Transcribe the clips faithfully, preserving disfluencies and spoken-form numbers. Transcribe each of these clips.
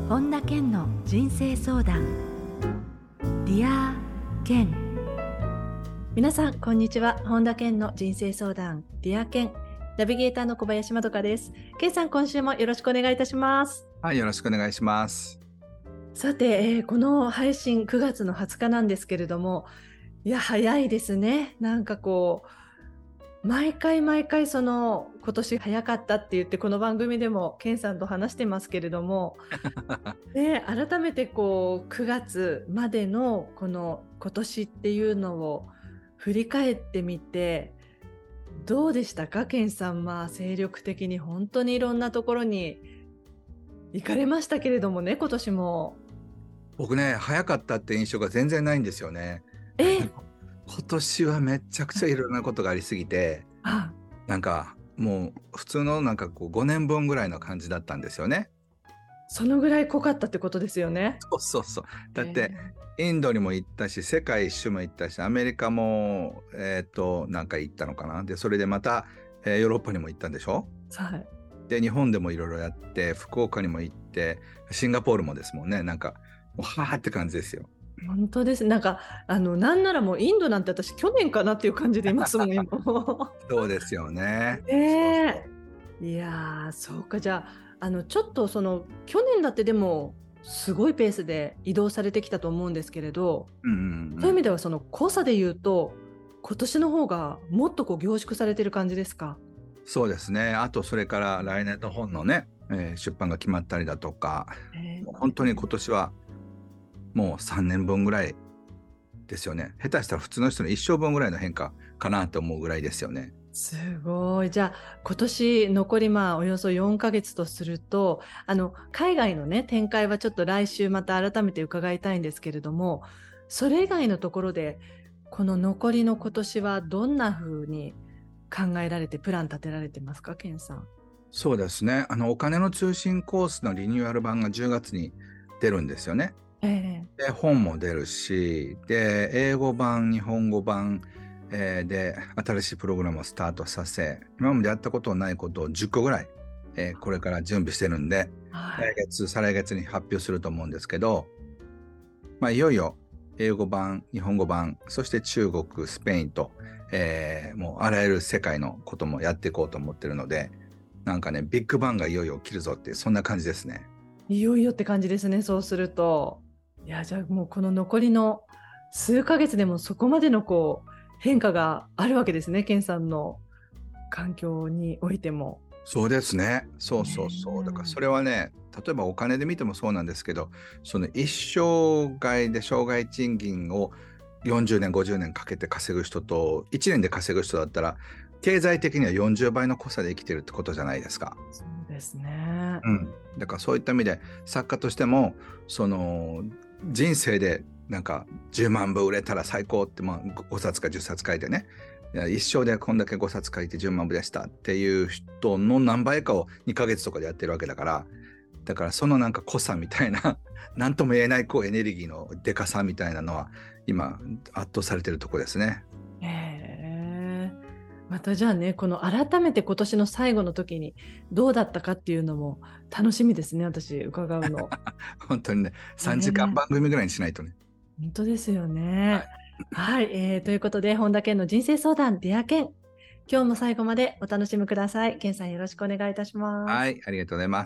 本田健の人生相談。ディア健。皆さんこんにちは。本田健の人生相談ディア健、ナビゲーターの小林まどかです。健さん、今週もよろしくお願いいたします。 はい、よろしくお願いします。 さて、えー、この配信くがつのはつかなんですけれども、いや早いですね。なんかこう毎回毎回その今年早かったって言ってこの番組でも健さんと話してますけれどもで改めてこうくがつまでのこの今年っていうのを振り返ってみてどうでしたか健さん。まあ精力的に本当にいろんなところに行かれましたけれどもね、今年も。 僕ね、早かったって印象が全然ないんですよね。 え今年はめちゃくちゃいろんなことがありすぎて、 あなんかもう普通のなんかこうごねんぶんぐらいの感じだったんですよね。 そのぐらい濃かったってことですよね。 そうそうそう。だってインドにも行ったし、世界一周も行ったし、アメリカもえっとなんか行ったのかな。でそれでまた、えーヨーロッパにも行ったんでしょ。 はい。 で日本でもいろいろやって、福岡にも行って、シンガポールもですもんね。なんかもうはーって感じですよ。 本当です。なんかあのなんならもうインドなんて私去年かなっていう感じでいますもん今もそうですよね。 ねえ。いやーそうか。じゃあ、あのちょっとその去年だってでもすごいペースで移動されてきたと思うんですけれど、 うんうんうん、 そういう意味ではその濃さで言うと今年の方がもっとこう凝縮されてる感じですか？ そうですね。あとそれから来年の本のね、えー出版が決まったりだとか、 えー、 もう本当に今年はもうさんねんぶんぐらいですよね。下手したら普通の人の一生分ぐらいの変化かなと思うぐらいですよね。 すごい。じゃあ今年残りまあおよそよんかげつとすると、あの海外のね展開はちょっと来週また改めて伺いたいんですけれども、それ以外のところでこの残りの今年はどんな風に考えられてプラン立てられてますか、健さん。 そうですね。あのお金の通信コースのリニューアル版がじゅうがつに出るんですよね。 ええで本も出るし、で英語版、日本語版、えーで新しいプログラムをスタートさせ、今までやったことないことをじゅっこぐらい、えーこれから準備してるんで、 はい。 来月再来月に発表すると思うんですけど、まあ、いよいよ英語版、日本語版、そして中国、スペインと、えーもうあらゆる世界のこともやっていこうと思ってるので、なんかね、ビッグバンがいよいよ起きるぞっていう、そんな感じですね。 いよいよって感じですね、そうすると。いや、じゃあもうこの残りの数ヶ月でもそこまでのこう変化があるわけですね、健さんの環境においても。 そうですね。そうそうそう。だからそねれはね、例えばお金で見てもそうなんですけど、その一生涯で生涯賃金をよんじゅうねん、ごじゅうねんかけて稼ぐ人と、いちねんで稼ぐ人だったら、経済的にはよんじゅうばいの濃さで生きてるってことじゃないですか。 そうですね。 うん。だからそういった意味で、作家としても、その、人生でなんかじゅうまんぶ売れたら最高って、まあごさつかじゅっさつ書いてね、いや一生でこんだけごさつ書いてじゅうまんぶでしたっていう人の何倍かをにかげつとかでやってるわけだから、だからそのなんか濃さみたいな、なんとも言えないこうエネルギーのでかさみたいなのは、今圧倒されてるとこですね。 へえ。またじゃあね、この改めて今年の最後の時にどうだったかっていうのも楽しみですね、私伺うの。 本当にね、さんじかんね、 番組ぐらいにしないとね。 本当ですよはい。 ね。はい、えーということで本田健の人生相談ディア健、今日も最後までお楽しみください。健さんよろしくお願いいたします。 はい、ありがとうございます。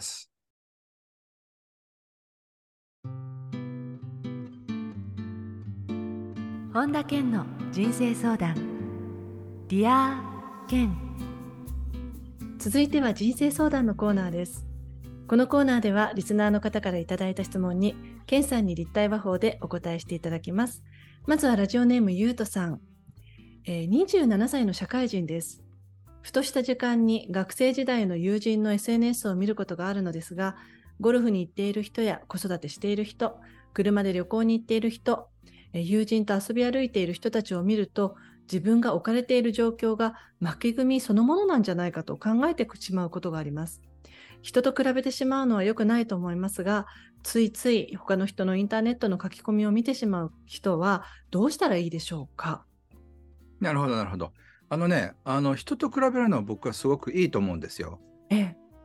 本田健の人生相談ディア健。続いては人生相談のコーナーです。このコーナーではリスナーの方からいただいた質問に健さんに立体話法でお答えしていただきます。まずはラジオネームゆうとさん、えー、にじゅうななさいの社会人です。ふとした時間に学生時代の友人の エスエヌエス を見ることがあるのですが、ゴルフに行っている人や子育てしている人、車で旅行に行っている人、友人と遊び歩いている人たちを見ると、自分が置かれている状況が負け組そのものなんじゃないかと考えてしまうことがあります。人と比べてしまうのは良くないと思いますが、ついつい他の人のインターネットの書き込みを見てしまう人はどうしたらいいでしょうか？ なるほど、なるほど。あのね、あの人と比べるのは僕はすごくいいと思うんですよ。 ええ、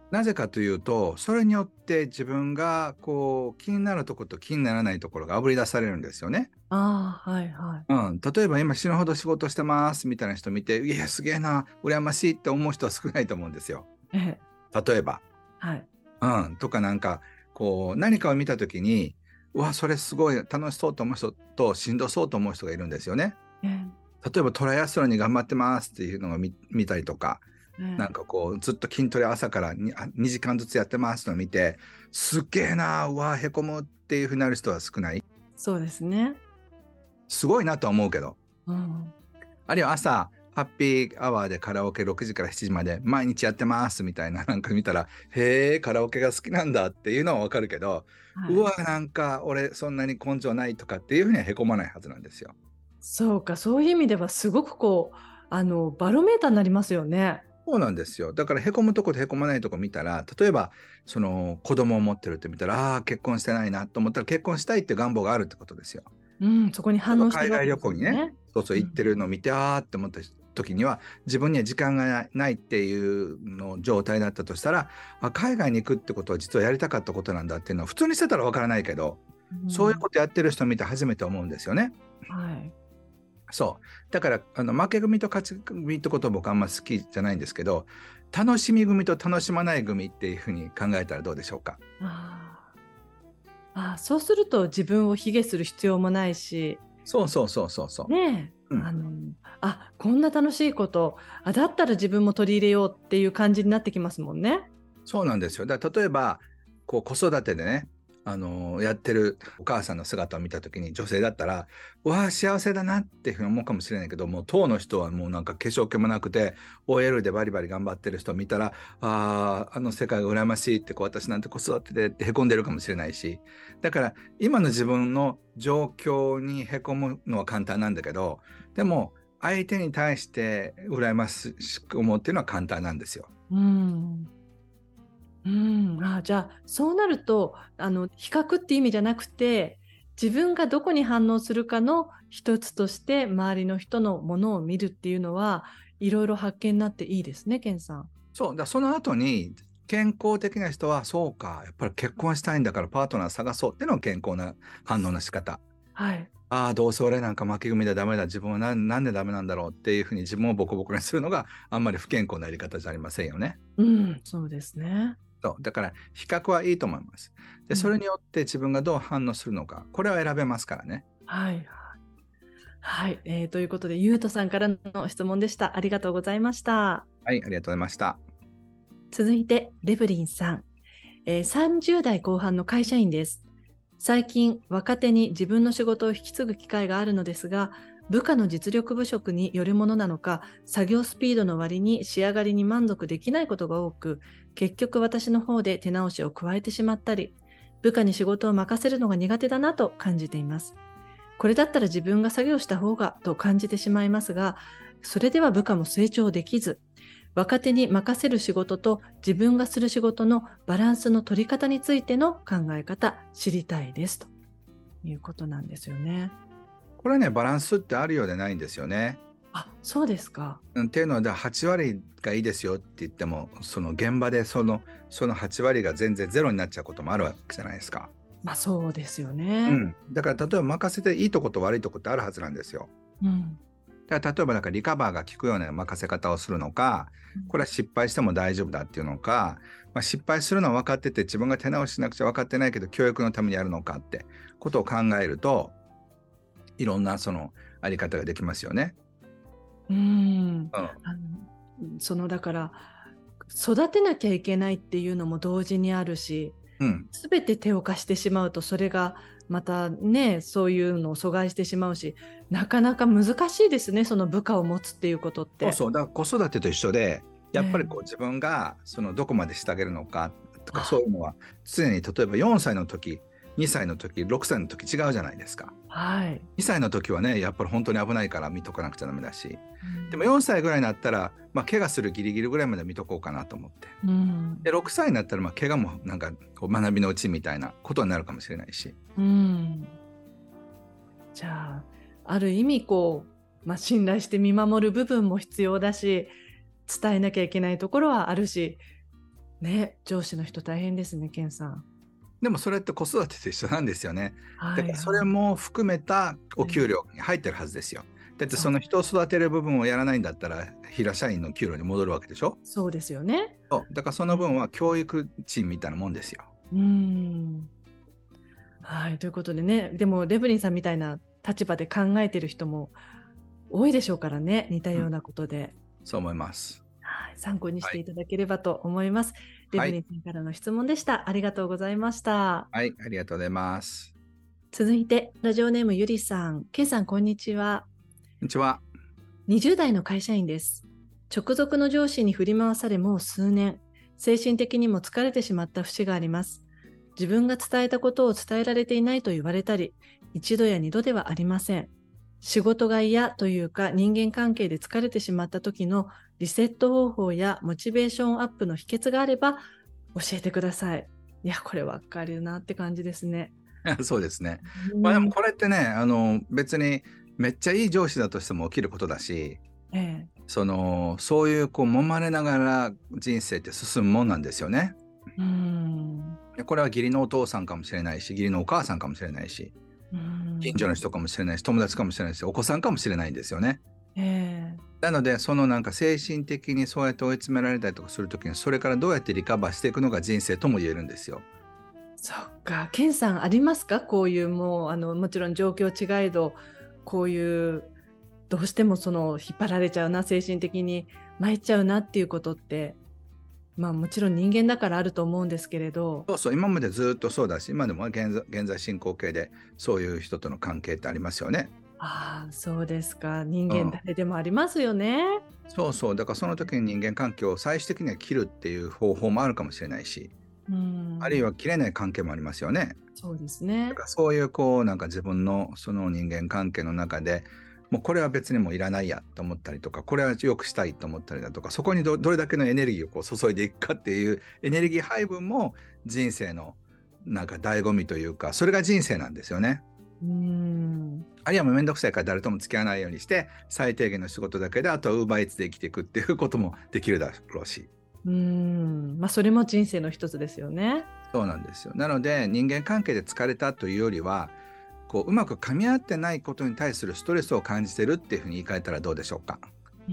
なぜかというと、それによって自分がこう気になるところと気にならないところがあぶり出されるんですよね。 ああ、はいはい。 うん、例えば今死ぬほど仕事してますみたいな人見て、いやすげえな、羨ましいって思う人は少ないと思うんですよ。 ええ、 例えば。 はい。 うん、とかなんかこう何かを見た時に、うわそれすごい楽しそうと思う人としんどそうと思う人がいるんですよね。 ええ、 例えばトライアスロンに頑張ってますっていうのを 見, 見たりとか、 ええ、 なんかこうずっと筋トレ朝から に, にじかんずつやってますのを見て、すっげえな、うわへこむっていうふうになる人は少ない。 そうですね。 すごいなとは思うけど、 うん、 あるいは朝ハッピーアワーでカラオケろくじからしちじまで毎日やってますみたいななんか見たら、へえカラオケが好きなんだっていうのはわかるけど、 はい。 うわなんか俺そんなに根性ないとかっていうふうにはへこまないはずなんですよ。 そうか、そういう意味ではすごくこう、あの、バロメーターになりますよね。 そうなんですよ。だからへこむとことへこまないとこ見たら、例えばその子供を持ってるって見たら、ああ結婚してないなと思ったら結婚したいって願望があるってことですよ。 うん、そこに例えば反応して海外るわけです旅行にね、 もんね。 そうそううん、 行ってるのを見て、ああって思った時には、自分には時間がないっていうの状態だったとしたら、あ海外に行くってことは実はやりたかったことなんだっていうのは普通にしてたらわからないけど、 うそういうん、 ことやってる人を見て初めて思うんですよね。 はい。 そう。だから、あの負け組と勝ち組ってことは僕あんま好きじゃないんですけど、楽しみ組と楽しまない組っていうふうに考えたらどうでしょうか。 ああ、ああ、そうすると自分を卑下する必要もないし、 そうそうそうそうそう。 ねえ、 うん。 あの、あ、こんな楽しいこと、あ、だったら自分も取り入れようっていう感じになってきますもんね。 そうなんですよ。だから例えば、こう子育てでね、あのーやってるお母さんの姿を見たときに、女性だったら、わあ、幸せだなっていうふうに思うかもしれないけど、もう当の人はもうなんか化粧気もなくて、オーエル でバリバリ頑張ってる人を見たら、ああ、あの世界が羨ましいって、こう私なんて子育てでってへこんでるかもしれないし、だから今の自分の状況にへこむのは簡単なんだけど、でも相手に対して羨ましく思うっていうのは簡単なんですよ。 うん。うん、あ、じゃあそうなるとあの比較って意味じゃなくて、自分がどこに反応するかの一つとして周りの人のものを見るっていうのはいろいろ発見になっていいですね、ケンさん。 そうだ、その後に健康的な人はそうか、やっぱり結婚したいんだからパートナー探そうっていうのが健康な反応の仕方。 はい。 ああ、どうせ俺なんか負け組でダメだ、自分はななんでダメなんだろうっていうふうに自分をボコボコにするのがあんまり不健康なやり方じゃありませんよね。 うん、そうですね。 そうだから比較はいいと思います。で、 うん、 それによって自分がどう反応するのか、これは選べますからね。 はい。はい、えーということで、ゆうとさんからの質問でした。ありがとうございました。 はい、ありがとうございました。 続いて、レブリンさん、えー、さんじゅう代後半の会社員です。最近、若手に自分の仕事を引き継ぐ機会があるのですが、部下の実力不足によるものなのか、作業スピードの割に仕上がりに満足できないことが多く、結局私の方で手直しを加えてしまったり、部下に仕事を任せるのが苦手だなと感じています。これだったら自分が作業した方がと感じてしまいますが、それでは部下も成長できず、若手に任せる仕事と自分がする仕事のバランスの取り方についての考え方、知りたいですということなんですよね。 これね、バランスってあるようでないんですよね。 あ、そうですか。 うんっていうのは、じゃあはち割がいいですよって言っても、その現場でその、そのはち割が全然ゼロになっちゃうこともあるわけじゃないですか。 まあそうですよね。 うん。だから例えば任せていいとこと悪いとこってあるはずなんですよ。 うん。 だから例えばなんかリカバーが効くような任せ方をするのか、これは失敗しても大丈夫だっていうのか、まあ、失敗するのは分かってて自分が手直ししなくちゃ分かってないけど教育のためにやるのかってことを考えると、いろんなそのあり方ができますよね。 うん。 うん。 あのそのだから育てなきゃいけないっていうのも同時にあるし、 うん。 すべて手を貸してしまうとそれがまたね、そういうのを阻害してしまうし、なかなか難しいですね、その部下を持つっていうことって。 そうそう。だから子育てと一緒で、やっぱりこうええ、 自分がそのどこまでしてあげるのかとか、そうあ、 いうのは常に例えばよんさいの時、にさいの時、ろくさいの時違うじゃないですか。 はい。 にさいの時はね、やっぱり本当に危ないから見とかなくちゃダメだし、でもうん。 よんさいぐらいになったら、まあ、怪我するギリギリぐらいまで見とこうかなと思って。 うん。 で、ろくさいになったら、まあ、怪我もなんかこう学びのうちみたいなことになるかもしれないし。 うん。じゃあ、ある意味こう、まあ、信頼して見守る部分も必要だし、伝えなきゃいけないところはあるし、 ね、上司の人大変ですね、ケンさん。 でもそれって子育てと一緒なんですよね。 はいはい。 だからそれも含めたお給料に入ってるはずですよ。だってそうその人を育てる部分をやらないんだったら平社員の給料に戻るわけでしょ。 そうですよね。 そうだからその分は教育賃みたいなもんですよ。 うーん。はい、ということでね、でもレブリンさんみたいな立場で考えてる人も多いでしょうからね、似たようなことで。 うん、そう思います。 はい、参考にしはい、 ていただければと思います。レはい、 ブリンさんからの質問でした。ありがとうございました。 はい、ありがとうございます。 続いて、ラジオネームゆりさん。ケンさん、こんにちは。 こんにちは。 にじゅう代の会社員です。直属の上司に振り回されもう数年、精神的にも疲れてしまった節があります。自分が伝えたことを伝えられていないと言われたり、一度や二度ではありません。仕事が嫌というか人間関係で疲れてしまった時のリセット方法やモチベーションアップの秘訣があれば教えてください。いや、これわかるなって感じですね。 そうですね。 うん、 まあでもこれってね、あの別にめっちゃいい上司だとしても起きることだし、 ええ、 そのそういうこう揉まれながら人生って進むもんなんですよね。 うん、 これは義理のお父さんかもしれないし、義理のお母さんかもしれないし、 うん、 近所の人かもしれないし、友達かもしれないし、お子さんかもしれないんですよね。 ええ、 なのでそのなんか精神的にそうやって追い詰められたりとかするときに、それからどうやってリカバーしていくのが人生とも言えるんですよ。 そっか、ケンさんありますか？こういうもうあのもちろん状況違えど、こういうどうしてもその引っ張られちゃうな、精神的に参っちゃうなっていうことって、まあもちろん人間だからあると思うんですけれど。 そうそう、今までずっとそうだし、今でも現在、現在進行形でそういう人との関係ってありますよね。 ああ、そうですか。人間うん、 誰でもありますよね。 そうそう、だからその時に人間関係を最終的には切るっていう方法もあるかもしれないし、 うん、 あるいは切れない関係もありますよね。 そうですね。 だからそういうこうなんか自分のその人間関係の中でもうこれは別にもういらないやと思ったりとか、これは良くしたいと思ったりだとか、そこに ど, どれだけのエネルギーをこう注いでいくかっていうエネルギー配分も人生のなんか醍醐味というか、それが人生なんですよね。 うん、 あるいはもうめんどくさいから誰とも付き合わないようにして最低限の仕事だけで、あとはウーバーイーツで生きていくっていうこともできるだろうし。 うん、まあそれも人生の一つですよね。 そうなんですよ。なので人間関係で疲れたというよりは、こううまく噛み合ってないことに対するストレスを感じてるっていうふうに言い換えたらどうでしょうか。 うん、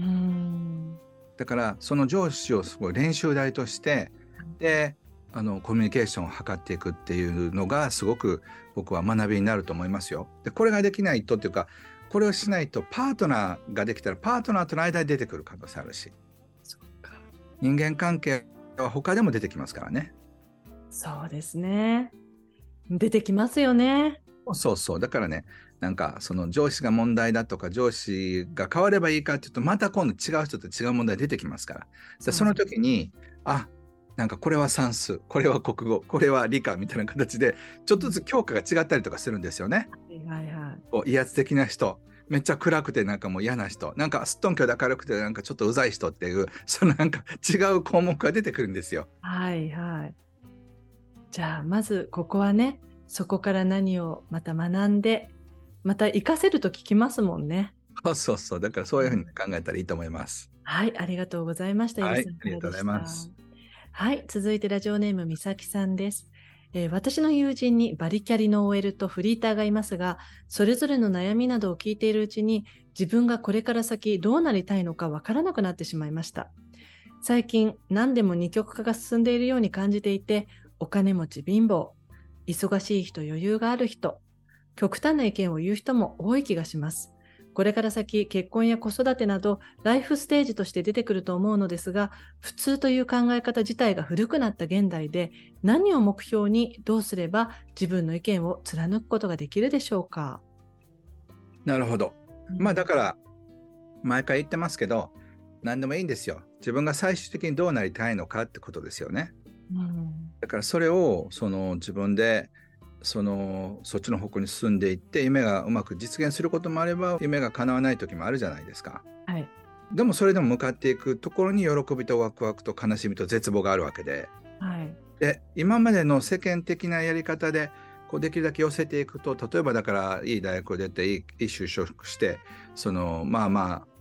だからその上司をすごい練習台として、であのコミュニケーションを図っていくっていうのがすごく僕は学びになると思いますよ。でこれができないとっていうか、これをしないとパートナーができたらパートナーとの間に出てくる可能性あるし、 そっか、 人間関係は他でも出てきますからね。 そうですね。出てきますよね。 そうそう、だからね、なんかその上司が問題だとか上司が変わればいいかっていうと、また今度違う人と違う問題出てきますから、でその時にあなんかこれは算数、これは国語、これは理科みたいな形でちょっとずつ教科が違ったりとかするんですよね。 はいはいはい。 こう威圧的な人、めっちゃ暗くてなんかもう嫌な人、なんかすっとんきょうで明るくてなんかちょっとうざい人っていう、そのなんか違う項目が出てくるんですよ。 はいはい。じゃあまずここはね、そこから何をまた学んで、また活かせると聞きますもんね。 そうそうそう、だからそういうふうに考えたらいいと思います。 はい、ありがとうございました。 はい、 ゆりさんありがとうございます。 はい、続いてラジオネームみさきさんです。えー私の友人にバリキャリの オーエル とフリーターがいますが、それぞれの悩みなどを聞いているうちに、自分がこれから先どうなりたいのかわからなくなってしまいました。最近何でも二極化が進んでいるように感じていて、お金持ち貧乏、忙しい人余裕がある人、極端な意見を言う人も多い気がします。これから先結婚や子育てなどライフステージとして出てくると思うのですが、普通という考え方自体が古くなった現代で、何を目標にどうすれば自分の意見を貫くことができるでしょうか。 なるほど。まあだから毎回言ってますけど、何でもいいんですよ。自分が最終的にどうなりたいのかってことですよね。 うん、 だからそれをその自分でそのそっちの方向に進んでいって、夢がうまく実現することもあれば、夢が叶わない時もあるじゃないですか。 はい、 でもそれでも向かっていくところに喜びとワクワクと悲しみと絶望があるわけで、 はい、 で今までの世間的なやり方でこうできるだけ寄せていくと、例えばだからいい大学を出ていい、いい就職して、そのまあまあこう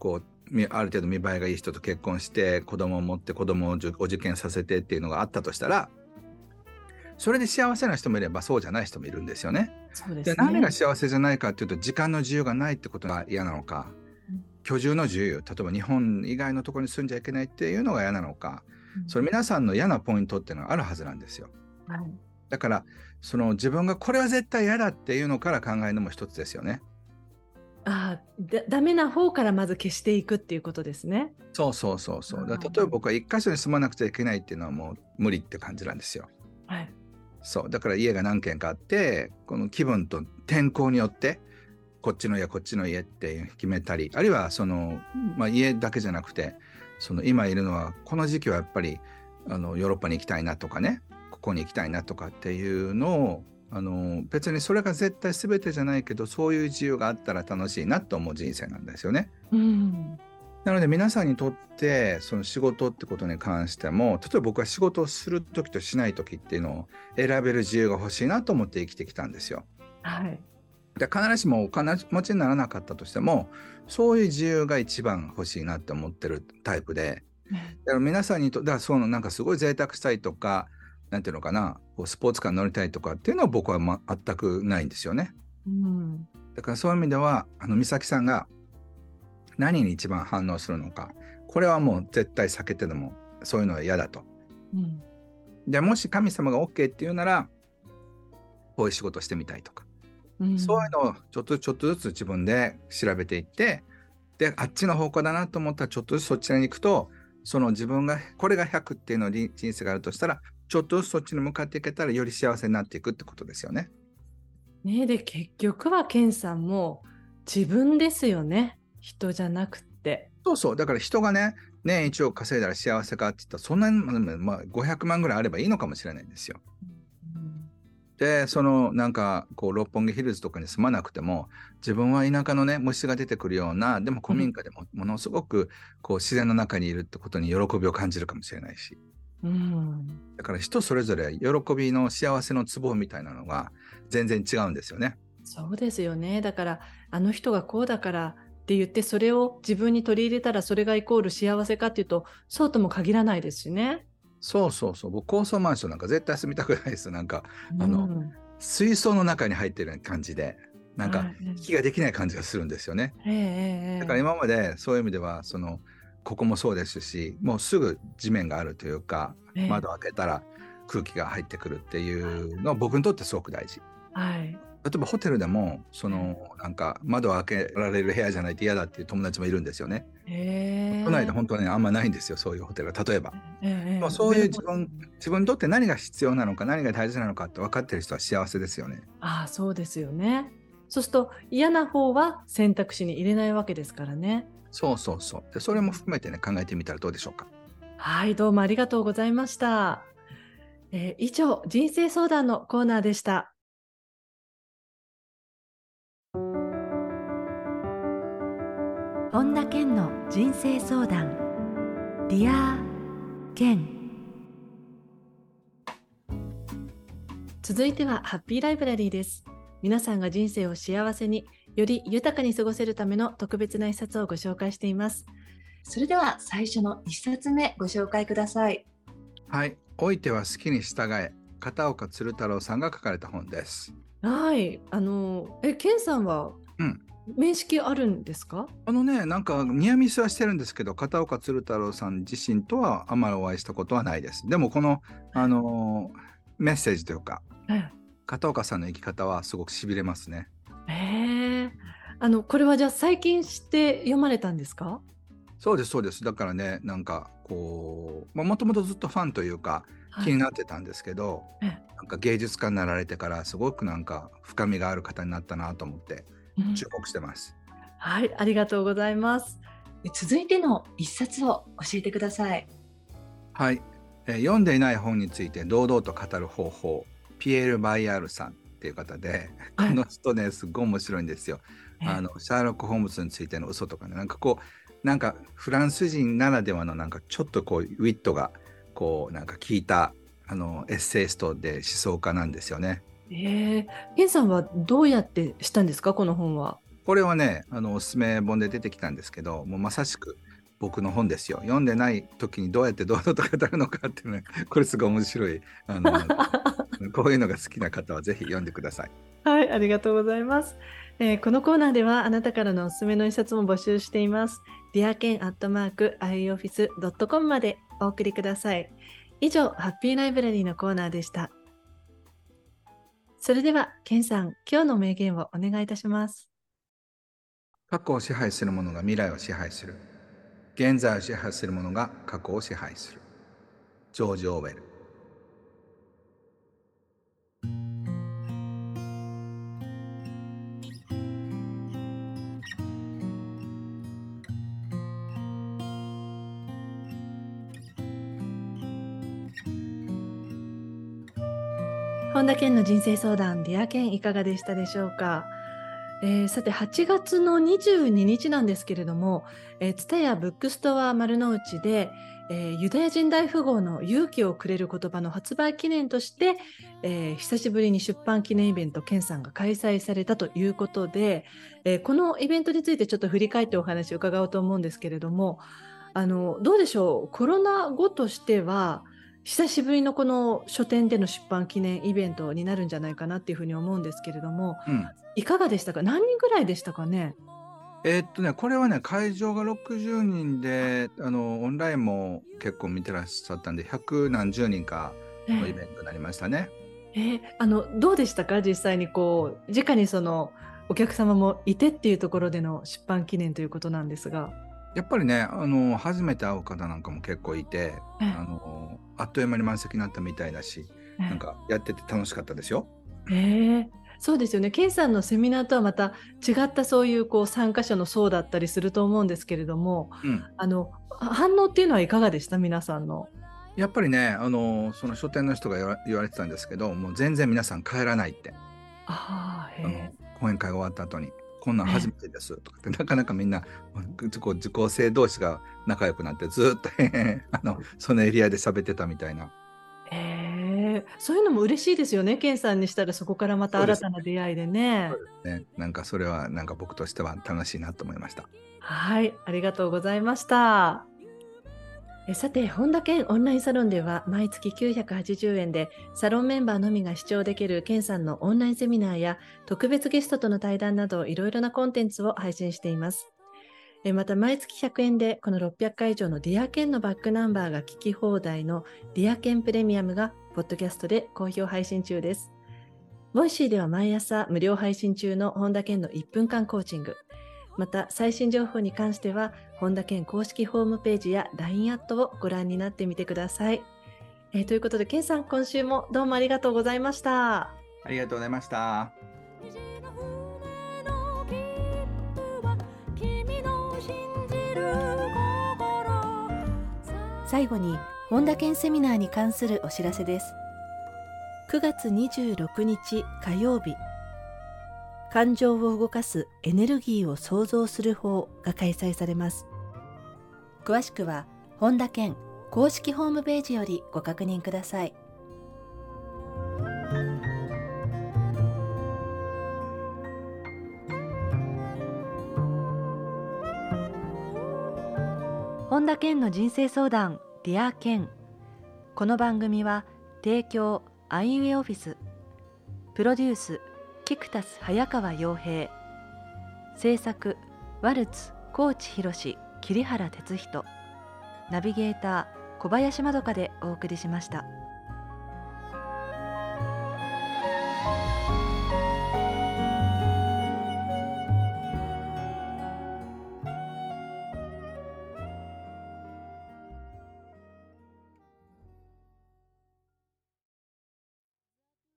みある程度見栄えがいい人と結婚して子供を持って子供を受お受験させてっていうのがあったとしたら、それで幸せな人もいればそうじゃない人もいるんですよね。 そうでです何がね。 幸せじゃないかっていうと、時間の自由がないってことが嫌なのか、 うん居住の自由、例えば日本以外のところに住んじゃいけないっていうのが嫌なのか、 うんそれ皆さんの嫌なポイントっていうのがあるはずなんですよ。 はい。 だからその自分がこれは絶対嫌だっていうのから考えるのも一つですよね。 あーだ、ダメな方からまず消していくっていうことですね。 そうそうそうそう。だからあー例えば僕は一箇所に住まなくちゃいけないっていうのはもう無理って感じなんですよ。 はい。 そうだから家が何軒かあって、この気分と天候によってこっちの家こっちの家って決めたり、あるいはその、まあ、家だけじゃなくて、その今いるのはこの時期はやっぱりあのヨーロッパに行きたいなとかね、ここに行きたいなとかっていうのを、あの別にそれが絶対全てじゃないけど、そういう自由があったら楽しいなと思う人生なんですよね。 うんなので皆さんにとってその仕事ってことに関しても、例えば僕は仕事をする時としない時っていうのを選べる自由が欲しいなと思って生きてきたんですよ。 はい。 で必ずしもお金持ちにならなかったとしても、そういう自由が一番欲しいなって思ってるタイプで、だから皆さんにとってはそのなんかすごい贅沢したいとか、なんていうのかな、こうスポーツカーに乗りたいとかっていうのは僕は、ま、全くないんですよね。 うんだからそういう意味では、あの美咲さんが何に一番反応するのか、これはもう絶対避けてでもそういうのは嫌だと。 うんでもし神様が OK って言うなら、こういう仕事してみたいとか、 うんそういうのをちょっとちょっとずつ自分で調べていって、であっちの方向だなと思ったらちょっとずつそちらに行くと、その自分がこれがひゃくっていうの人生があるとしたら、ちょっとずつそっちに向かっていけたらより幸せになっていくってことですよね。 ね、で結局はケンさんも自分ですよね。人じゃなくて。 そうそう。だから人がね、年いちおく稼いだら幸せかって言ったら、そんなに、まあ、ごひゃくまんぐらいあればいいのかもしれないんですよ。 うんで、そのなんかこう六本木ヒルズとかに住まなくても、自分は田舎のね、虫が出てくるような、でも古民家でもものすごくこう自然の中にいるってことに喜びを感じるかもしれないし。 うんだから人それぞれ喜びの幸せのツボみたいなのが全然違うんですよね。 そうですよね。だからあの人がこうだからって言ってそれを自分に取り入れたらそれがイコール幸せかっていうとそうとも限らないですしね。 そうそうそう。僕高層マンションなんか絶対住みたくないです。なんか、 うんあの、水槽の中に入ってるような感じで、なんかはい息ができない感じがするんですよね。 ええええだから今までそういう意味では、その、ここもそうですし、もうすぐ地面があるというか、 ええ窓を開けたら空気が入ってくるっていうのは僕にとってすごく大事。 はい例えばホテルでも、その、なんか窓を開けられる部屋じゃないと嫌だっていう友達もいるんですよね。 ええ都内で本当にね、あんまないんですよ、そういうホテルが。例えば。 ええええまあ、そういう自上の方分、自分にとって何が必要なのか、何が大事なのかって分かってる人は幸せですよね。 ああそうですよね。そうすると嫌な方は選択肢に入れないわけですからね。 そうそうそう。で、それも含めてね、考えてみたらどうでしょうか。 はいどうもありがとうございました。えー以上人生相談のコーナーでした。本田健の人生相談ディア健。続いてはハッピーライブラリーです。皆さんが人生を幸せにより豊かに過ごせるための特別な一冊をご紹介しています。 それでは最初の一冊目ご紹介ください。 はい。老いては好きに従え。片岡鶴太郎さんが書かれた本です。 はいあのえ健さんはうん。 面識あるんですか？ あのね、なんかニアミスはしてるんですけど、片岡鶴太郎さん自身とはあまりお会いしたことはないです。でもこの、あのーメッセージというか、 え片岡さんの生き方はすごくしびれますね。 えあのこれはじゃあ最近知って読まれたんですか？ そうです、そうです。だからね、なんかこう、もともとずっとファンというか気になってたんですけど、 ええなんか芸術家になられてからすごくなんか深みがある方になったなと思ってうん注目してます。 はいありがとうございます。 続いての一冊を教えてください。 はい、えー読んでいない本について堂々と語る方法、ピエール・バイヤールさんっていう方で、こはいの人ねすごい面白いんですよ。 ええあのシャーロック・ホームズについての嘘とかね、なんかこうなんかフランス人ならではのなんかちょっとこうウィットがこうなんか効いたあのエッセイストで思想家なんですよね。 ええ健さんはどうやって知ったんですかこの本は？ これはね、あのおすすめ本で出てきたんですけど、もうまさしく僕の本ですよ。読んでない時にどうやって堂々と語るのかっていうね、これすごい面白い。あのこういうのが好きな方はぜひ読んでください。 はい、ありがとうございます。えーこのコーナーではあなたからのおすすめの一冊も募集しています。ディアケンアットマーク アイオフィスドットコム までお送りください。以上、ハッピーライブラリーのコーナーでした。それでは、ケンさん、今日の名言をお願いいたします。 過去を支配する者が未来を支配する。現在を支配する者が過去を支配する。ジョージ・オーウェル。 本田健の人生相談、ディアケンいかがでしたでしょうか。えーさてはちがつのにじゅうににちなんですけれども、えー、蔦屋ブックストア丸の内で、えーユダヤ人大富豪の勇気をくれる言葉の発売記念として、えー久しぶりに出版記念イベントケンさんが開催されたということで、えーこのイベントについてちょっと振り返ってお話を伺おうと思うんですけれども、あのどうでしょう、コロナ後としては久しぶりのこの書店での出版記念イベントになるんじゃないかなっていうふうに思うんですけれども、 うんいかがでしたか。何人ぐらいでしたかね。 えーっとね、これはね、会場がろくじゅうにんで、あのオンラインも結構見てらっしゃったんで、百何十人かのイベントになりましたね。 えーあのどうでしたか、実際にこう直にそのお客様もいてっていうところでの出版記念ということなんですが。 やっぱりね、あの初めて会う方なんかも結構いて、 ええあのあっという間に満席になったみたいだし、 ええなんかやってて楽しかったですよ。 えーそうですよね。ケンさんのセミナーとはまた違ったそういうこう参加者の層だったりすると思うんですけれども、 うん、 あの反応っていうのはいかがでした、皆さんの。 やっぱりね、あのその書店の人が言わ言われてたんですけど、もう全然皆さん帰らないって、 あーあのへ講演会が終わった後に、こんなん初めてですとかって、なかなかみんなこう受講生同士が仲良くなってずっとあのそのエリアで喋ってたみたいな。 えへえ、そういうのも嬉しいですよね。ケンさんにしたらそこからまたそうです新たな出会いでね。 ね。なんかそれはなんか僕としては楽しいなと思いました。 はい、ありがとうございました。えさて、本田健オンラインサロンでは毎月きゅうひゃくはちじゅうえんでサロンメンバーのみが視聴できる健さんのオンラインセミナーや特別ゲストとの対談などいろいろなコンテンツを配信しています。えまた毎月ひゃくえんでこのろっぴゃっかい以上のディアケンのバックナンバーが聞き放題のディアケンプレミアムがポッドキャストで好評配信中です。ボイシーでは毎朝無料配信中の本田健のいっぷんかんコーチング。また最新情報に関しては本田健公式ホームページや ライン アットをご覧になってみてください。えーということで健さん、今週もどうもありがとうございました。 ありがとうございました。 最後に本田健セミナーに関するお知らせです。くがつにじゅうろくにち火曜日、感情を動かすエネルギーを創造する法が開催されます。詳しくは本田健公式ホームページよりご確認ください。本田健の人生相談ディア健。この番組は提供アイウェイオフィス、プロデュースキクタス早川洋平、制作ワルツ高知博桐原哲人、ナビゲーター小林まどかでお送りしました。